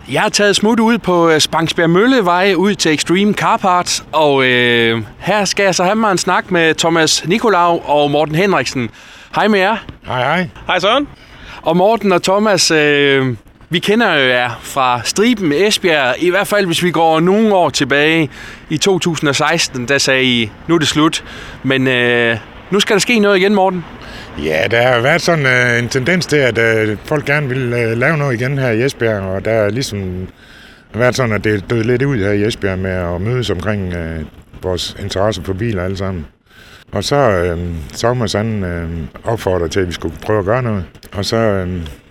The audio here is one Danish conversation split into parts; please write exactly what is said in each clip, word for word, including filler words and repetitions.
Jeg har taget smut ud på Spangsbjerg Møllevej ud til Extreme Car Parts, og øh, her skal jeg så have mig en snak med Thomas Nicolau og Morten Henriksen. Hej med jer. Hej, hej. Hej Søren. Og Morten og Thomas, øh, vi kender jo jer fra Striben Esbjerg, i hvert fald hvis vi går nogle år tilbage. I to tusind og seksten, der sagde I, nu er det slut, men øh, nu skal der ske noget igen, Morten. Ja, der har været sådan uh, en tendens til, at uh, folk gerne vil uh, lave noget igen her i Esbjerg, og der er ligesom været sådan, at det er død lidt ud her i Esbjerg med at mødes omkring uh, vores interesse for biler alle sammen. Og så uh, Thomas han uh, opfordrede til, at vi skulle prøve at gøre noget. Og så uh,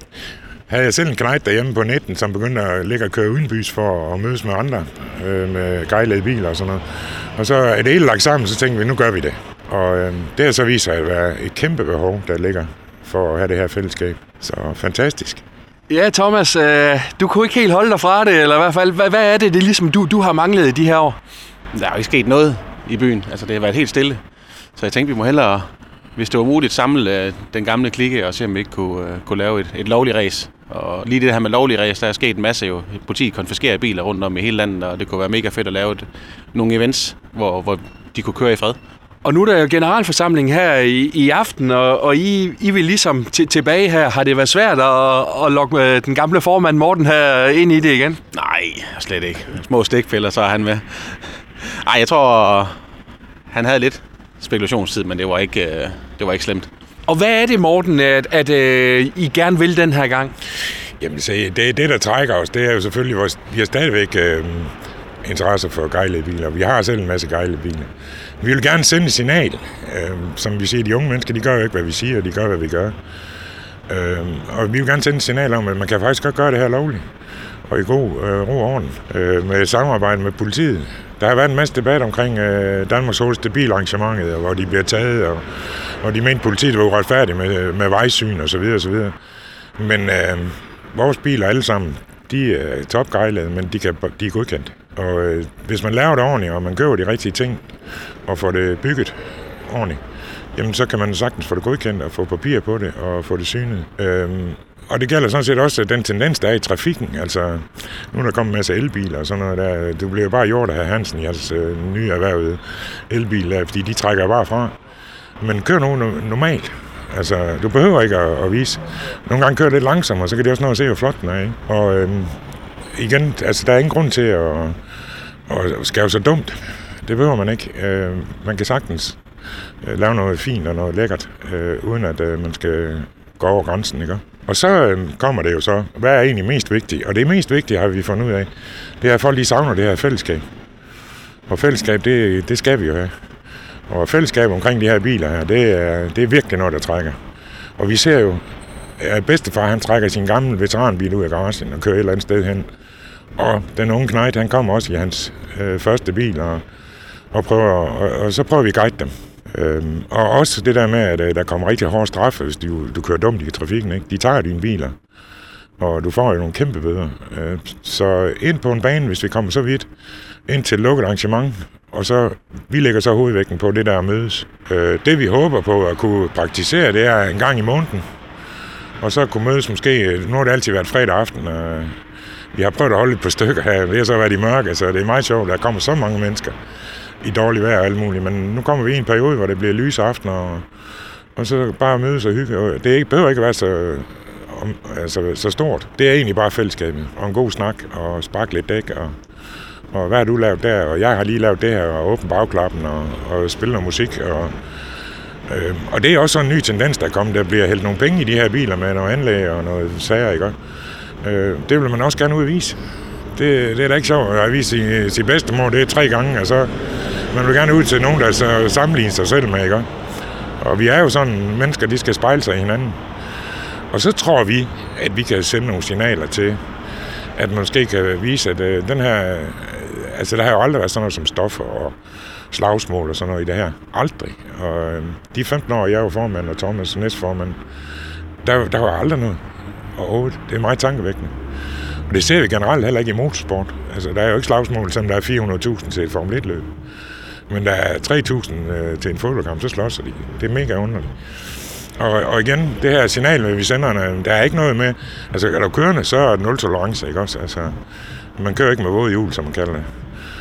havde jeg selv en knejt derhjemme på nitten, som begyndte at ligge og køre udenbys for at mødes med andre uh, med gejlede biler og sådan noget. Og så er det hele lagt sammen, så tænkte vi, nu gør vi det. Og øh, det har så vist sig at være et kæmpe behov, der ligger for at have det her fællesskab. Så fantastisk. Ja, Thomas, øh, du kunne ikke helt holde dig fra det, eller i hvert fald, hvad, hvad er det, det ligesom, du, du har manglet i de her år? Der er jo ikke sket noget i byen. Altså, det har været helt stille. Så jeg tænkte, vi må hellere, hvis det var muligt, samle øh, den gamle klikke og se, om vi ikke kunne, øh, kunne lave et, et lovligt race. Og lige det her med lovlig race, der er sket en masse jo. Politiet konfiskerer biler rundt om i hele landet, og det kunne være mega fedt at lave et, nogle events, hvor, hvor de kunne køre i fred. Og nu er der jo generalforsamling her i, i aften, og, og I, I vil ligesom t- tilbage her. Har det været svært at, at lokke den gamle formand Morten her ind i det igen? Nej, slet ikke. Små stikfælder, så er han med. Ej, jeg tror, han havde lidt spekulationstid, men det var ikke, det var ikke slemt. Og hvad er det, Morten, at, at, at I gerne vil den her gang? Jamen, så det, det der trækker os, det er jo selvfølgelig, vores, vi har stadigvæk øh, interesse for gejlede biler. Vi har selv en masse gejlede biler. Vi vil gerne sende et signal. Øh, som vi siger, de unge mennesker, de gør jo ikke, hvad vi siger, de gør, hvad vi gør. Øh, og vi vil gerne sende et signal om, at man kan faktisk godt gøre det her lovligt. Og i god øh, ro og orden. Øh, med samarbejde med politiet. Der har været en masse debat omkring øh, Danmarks hurtigste bilarrangementet, hvor de bliver taget, og, og de mente, politiet var uretfærdige med, med vejsyn og så videre, og så videre. Men øh, vores biler alle sammen, de er topgejlede, men de, kan, de er godkendt. Og øh, hvis man laver det ordentligt, og man gør de rigtige ting, og får det bygget ordentligt, jamen så kan man sagtens få det godkendt, og få papir på det, og få det synet. Øhm, og det gælder sådan set også den tendens, der er i trafikken. Altså, nu er der kommet en masse elbiler og sådan noget der. Det bliver bare gjort af hr. Hansen i hans øh, nye erhvervede elbiler, fordi de trækker bare fra. Men kør nu normalt. Altså, du behøver ikke at, at vise. Nogle gange kører det lidt langsommere, så kan de også nå at se, hvor flot den er, ikke? Og øhm, igen, altså, der er ingen grund til at, at skæve så dumt. Det behøver man ikke. Øh, man kan sagtens øh, lave noget fint og noget lækkert, øh, uden at øh, man skal gå over grænsen, ikke? Og så øh, kommer det jo så, hvad er egentlig mest vigtigt? Og det mest vigtige har vi fundet ud af, det er, at folk lige savner det her fællesskab. Og fællesskab, det, det skal vi jo have. Og fællesskab omkring de her biler her, det er, det er virkelig noget, der trækker. Og vi ser jo, at bedstefar, han trækker sin gamle veteranbil ud af garagen og kører et eller andet sted hen. Og den unge knejt, han kommer også i hans øh, første bil, og, og, prøver, og, og så prøver vi at guide dem. Øhm, og også det der med, at øh, der kommer rigtig hårde straffe, hvis du, du kører dumt i trafikken, ikke? De tager dine biler, og du får jo nogle kæmpe bøder. Øh, så ind på en bane, hvis vi kommer så vidt, ind til et lukket arrangement, og så vi lægger så hovedvægten på det der at mødes. Øh, det vi håber på at kunne praktisere, det er en gang i måneden, og så kunne mødes måske, nu har det altid været fredag aften, og vi har prøvet at holde et par stykker her, det har så været i mørke, så det er meget sjovt, der kommer så mange mennesker i dårligt vejr og alt muligt, men nu kommer vi i en periode, hvor det bliver lyse aftener, og, og så bare mødes og hygge. Det ikke, behøver ikke at være så, om, altså, så stort. Det er egentlig bare fællesskabet, og en god snak, og sparke lidt dæk, og, og hvad har du lavet der, og jeg har lige lavet det her, og åbne bagklappen, og, og spille noget musik, og, øh, og det er også sådan en ny tendens, der kommer, der bliver hældt nogle penge i de her biler med noget anlæg og noget sager, ikke? Øh, det vil man også gerne ud at vise. Det, det er da ikke sjovt at vise sin, sin bedstemor, det er tre gange, altså man vil gerne ud til nogen, der så sammenligner sig selv med, ikke? Og vi er jo sådan, mennesker, de skal spejle sig i hinanden. Og så tror vi, at vi kan sende nogle signaler til, at man måske kan vise, at øh, den her, øh, altså der har jo aldrig været sådan noget som stoffer og slagsmål og sådan noget i det her. Aldrig. Og øh, de femten år, jeg var formand, og Thomas næstformand, der, der var aldrig noget overhovedet. Det er meget tankevækkende. Og det ser vi generelt heller ikke i motorsport. Altså, der er jo ikke slagsmål, selvom der er fire hundrede tusind til et Formel et-løb. Men der er tre tusind øh, til en fodboldkamp, så slås de. Det er mega underligt. Og, og igen, det her signal, vi sender, der er ikke noget med... Altså, er du kørende, så er det nul tolerance, ikke også? Altså, man kører ikke med våde hjul, som man kalder det.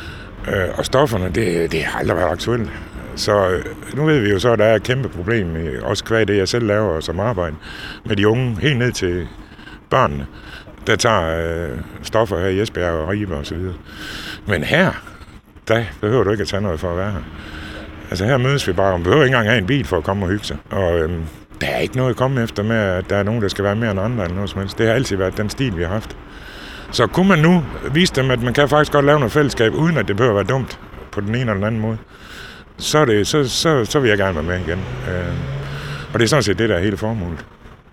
Øh, og stofferne, det, det har aldrig været aktuelt. Så øh, nu ved vi jo så, at der er et kæmpe problem, også kvad det, jeg selv laver som arbejde, med de unge, helt ned til børnene, der tager øh, stoffer her i Esbjerg og Ribe og så videre. Men her, der behøver du ikke at tage noget for at være her. Altså her mødes vi bare, man behøver ikke engang have en bil for at komme og hygge sig. Og øhm, der er ikke noget at komme efter med, at der er nogen, der skal være mere end andre eller noget som helst. Det har altid været den stil, vi har haft. Så kunne man nu vise dem, at man kan faktisk godt lave noget fællesskab, uden at det behøver at være dumt på den ene eller den anden måde, så, er det, så, så, så vil jeg gerne være med igen. Øh, og det er sådan set det, der er hele formålet.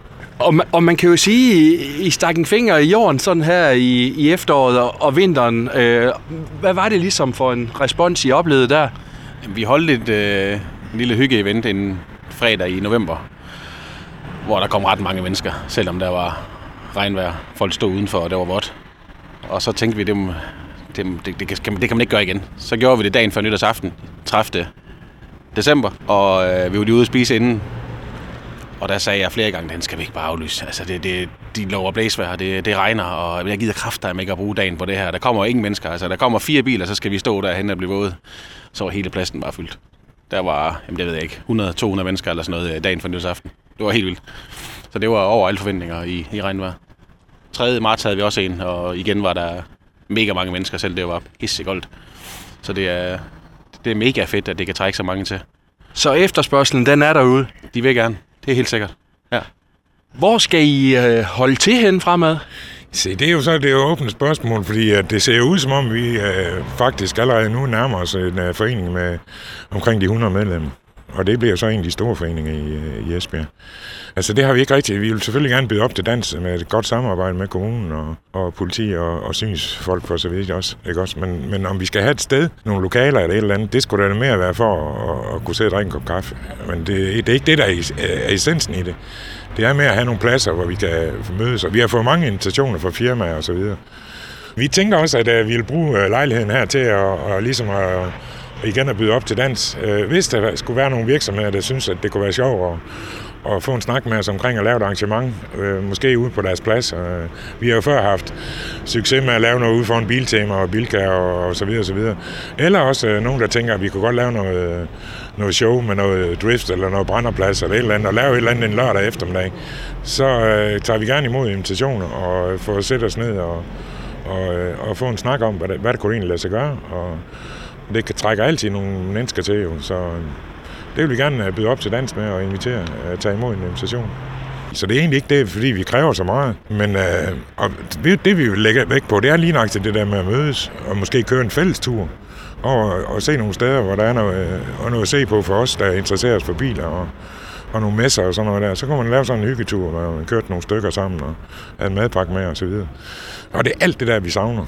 Og man, og man kan jo sige, I stak en finger i jorden sådan her i, i efteråret og, og vinteren. Øh, hvad var det ligesom for en respons, I oplevede der? Vi holdt et øh, en lille hygge-event en fredag i november, hvor der kom ret mange mennesker, selvom der var regnvejr. Folk stod udenfor, og det var vådt. Og så tænkte vi, det, det, det, det, kan, det kan man ikke gøre igen. Så gjorde vi det dagen før nytårsaften, tredivte december, og øh, vi var lige ude at spise inden. Og der sagde jeg flere gange, den skal vi ikke bare aflyse. Altså, det, det, de lover blæsvejr, det, det regner, og jeg gider kraftedeme ikke at bruge dagen på det her. Der kommer ingen mennesker. Altså, der kommer fire biler, så skal vi stå derhen og blive våde. Så var hele pladsen bare fyldt. Der var, jamen det ved jeg ikke, hundrede til to hundrede mennesker eller sådan noget dagen for nytårsaften. Det var helt vildt. Så det var over alle forventninger i, i regnvejr. tredje marts havde vi også en, og igen var der mega mange mennesker, selv det var pissekoldt. Så det er, det er mega fedt, at det kan trække så mange til. Så efterspørgselen, den er derude? De vil gerne. Det er helt sikkert. Ja. Hvor skal I øh, holde til hen fremad? Se, det er jo så det er jo åbent spørgsmål, fordi at det ser ud som om, vi øh, faktisk allerede nu nærmer os en uh, forening med omkring de hundrede medlemmer. Og det bliver så en af de store foreninger i, i Esbjerg. Altså det har vi ikke rigtigt. Vi vil selvfølgelig gerne byde op til dans med et godt samarbejde med kommunen og, og politi og, og synsfolk for så vidt også. Ikke også? Men, men om vi skal have et sted, nogle lokaler eller et eller andet, det skulle da mere være for at, at kunne sidde og drikke en kop kaffe. Men det, det er ikke det, der er, er essensen i det. Det er mere at have nogle pladser, hvor vi kan mødes. Og vi har fået mange invitationer fra firmaer og så videre. Vi tænker også, at vi vil bruge lejligheden her til at, at ligesom at igen at byde op til dans. Hvis der skulle være nogle virksomheder, der synes, at det kunne være sjovt at, at få en snak med os omkring at lave et arrangement, måske ude på deres plads. Vi har jo før haft succes med at lave noget ude for en biltema og bilka og, og så videre og så videre. Eller også nogen, der tænker, at vi kunne godt lave noget, noget show med noget drift eller noget brænderplads eller et eller andet, og lave et eller andet en lørdag eftermiddag. Så øh, tager vi gerne imod invitationer og får sætte os ned og, og, og få en snak om, hvad det, hvad det kunne egentlig lade sig gøre. Og det kan trække altid nogle mennesker til, jo. Så det vil vi gerne byde op til dans med og invitere at tage imod en invitation. Så det er egentlig ikke det, fordi vi kræver så meget. Men øh, og det, det, vi vil lægge væk på, det er lige nok til det der med at mødes og måske køre en fælles tur og, og se nogle steder, hvor der er noget, og noget at se på for os, der interesserer os for biler og, og nogle messer og sådan noget der. Så kan man lave sådan en hyggetur, hvor man kørt nogle stykker sammen og have en madpakke med og så videre. Og det er alt det der, vi savner.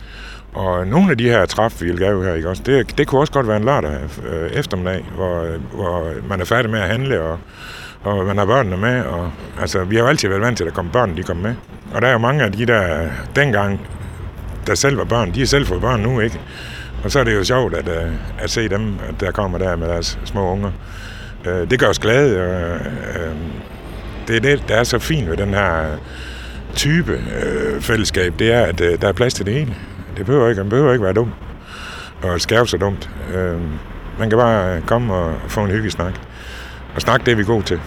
Og nogle af de her træf, vi vil gøre her, ikke også, det, det kunne også godt være en lørdag øh, eftermiddag, hvor, hvor man er færdig med at handle, og, og man har børnene med. Og, altså, vi har jo altid været vant til, at komme børn, de kommer med. Og der er jo mange af de der, dengang, der selv var børn, de har selv fået børn nu, ikke? Og så er det jo sjovt at, at se dem, at der kommer der med deres små unger. Det gør os glade, og det er det, der er så fint ved den her type fællesskab, det er, at der er plads til det hele. Det behøver ikke, man behøver ikke være dum og skærpe så dumt. Øh, man kan bare komme og få en hyggesnak. Og snak, det er vi gode til.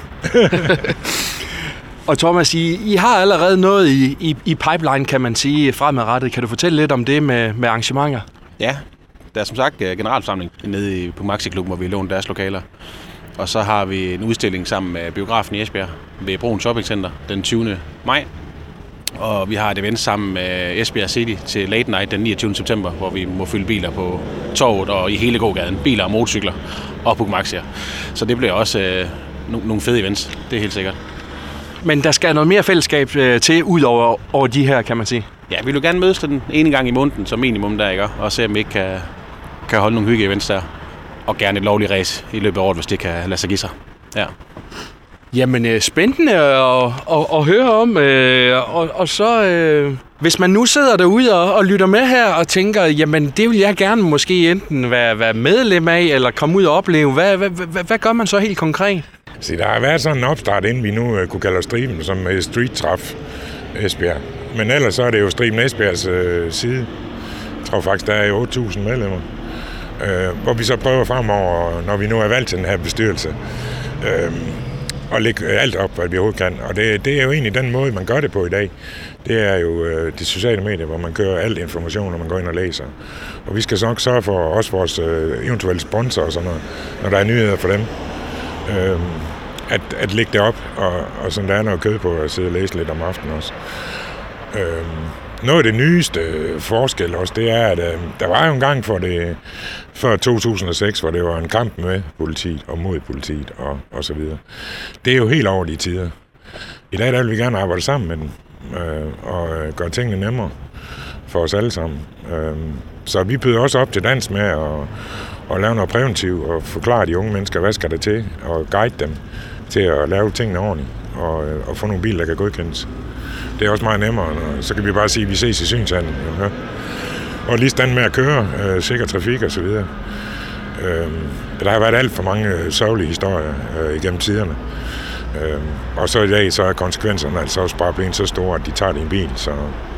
Og Thomas, I, I har allerede noget i, i, i pipeline, kan man sige, fremadrettet. Kan du fortælle lidt om det med, med arrangementer? Ja, der er som sagt generalforsamling nede på Maxi-klubben, hvor vi låner deres lokaler. Og så har vi en udstilling sammen med biografen i Esbjerg ved Broen Shopping Center den tyvende maj. Og vi har et event sammen med Esbjerg City til Late Night den niogtyvende september, hvor vi må fylde biler på torvet og i hele gågaden. Biler og motorcykler og Pugmaxier. Så det bliver også øh, nogle fede events, det er helt sikkert. Men der skal noget mere fællesskab øh, til, ud over, over de her, kan man sige? Ja, vi vil gerne mødes den ene gang i måneden som minimum der, ikke? Og se om vi ikke kan, kan holde nogle hygge-events der. Og gerne et lovligt race i løbet af året, hvis det kan lade sig give sig. Ja. Jamen, spændende at, at, at høre om, øh, og, og så, øh, hvis man nu sidder derude og, og lytter med her og tænker, jamen, det vil jeg gerne måske enten være, være medlem af, eller komme ud og opleve, hvad, hvad, hvad, hvad gør man så helt konkret? Så der har været sådan en opstart, inden vi nu uh, kunne kalde os Striben, som uh, Street Traf Esbjerg. Men ellers så er det jo Striben Esbjergs uh, side. Jeg tror faktisk, der er otte tusind medlemmer. Uh, hvor vi så prøver fremover, når vi nu er valgt til den her bestyrelse, uh, at lægge alt op, hvad vi overhovedet kan. Og det, det er jo egentlig den måde, man gør det på i dag. Det er jo uh, de sociale medier, hvor man kører al information, når man går ind og læser. Og vi skal så nok sørge for også vores uh, eventuelle sponsorer og sådan noget, når der er nyheder for dem. Uh, At, at lægge det op, og, og sådan der er noget kød på at sidde og læse lidt om aftenen også. Øhm, noget af det nyeste forskel også, det er, at øh, der var jo en gang for det, før to tusind og seks, hvor det var en kamp med politiet og mod politiet og, og så videre. Det er jo helt over de tider. I dag der vil vi gerne arbejde sammen med dem, øh, og øh, gøre tingene nemmere for os alle sammen. Øh, så vi byder også op til dans med at og lave noget præventivt og forklare de unge mennesker, hvad skal der til, og guide dem til at lave tingene ordentligt, og, og få nogle biler, der kan godkendes. Det er også meget nemmere, og så kan vi bare sige, at vi ses i synshallen. Ja. Og lige stand med at køre, øh, sikker trafik og så videre. Øh, der har været alt for mange sørgelige historier øh, igennem tiderne. Øh, og så i dag, så er konsekvenserne altså også bare blevet så store, at de tager din bil, så...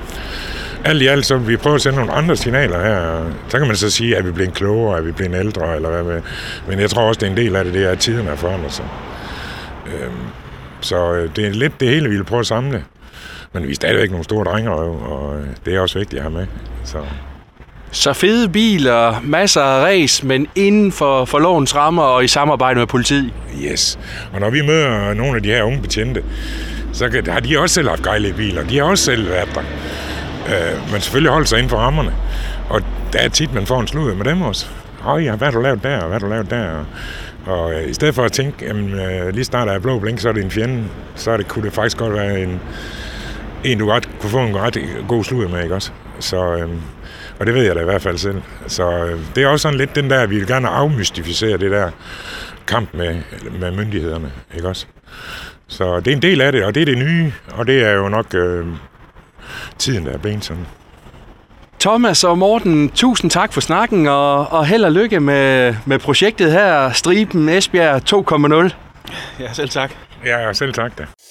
Alt i alt, så vi prøver at sende nogle andre signaler her. Så kan man så sige, at vi bliver klogere, at vi bliver ældre, eller hvad med. Men jeg tror også, det er en del af det, det er, at tiden er forandret sig. Øhm, så det er lidt det hele, vi vil prøve at samle. Men vi er stadigvæk nogle store drengerøv, og det er også vigtigt at have med. Så, så fede biler, masser af race, men inden for, for lovens rammer og i samarbejde med politiet. Yes. Og når vi møder nogle af de her unge betjente, så kan, har de også selv haft gejlige biler. De har også selv været der. Uh, men selvfølgelig holde sig inden for rammerne. Og der er tit, man får en slud med dem også. Høj, ja, hvad har du lavet der, hvad har du lavet der? Og uh, i stedet for at tænke, jamen, uh, lige snart der er blå blink, så er det en fjende, så er det, kunne det faktisk godt være en, en du ret, kunne få en ret god slud med, ikke også? Så, uh, og det ved jeg da i hvert fald selv. Så uh, det er også sådan lidt den der, vi vil gerne afmystificere det der kamp med, med myndighederne, ikke også? Så det er en del af det, og det er det nye, og det er jo nok... Uh, tiden der er blevet sådan. Thomas og Morten, tusind tak for snakken, og, og held og lykke med, med projektet her, Striben Esbjerg to punkt nul. Ja, selv tak. Ja, selv tak da.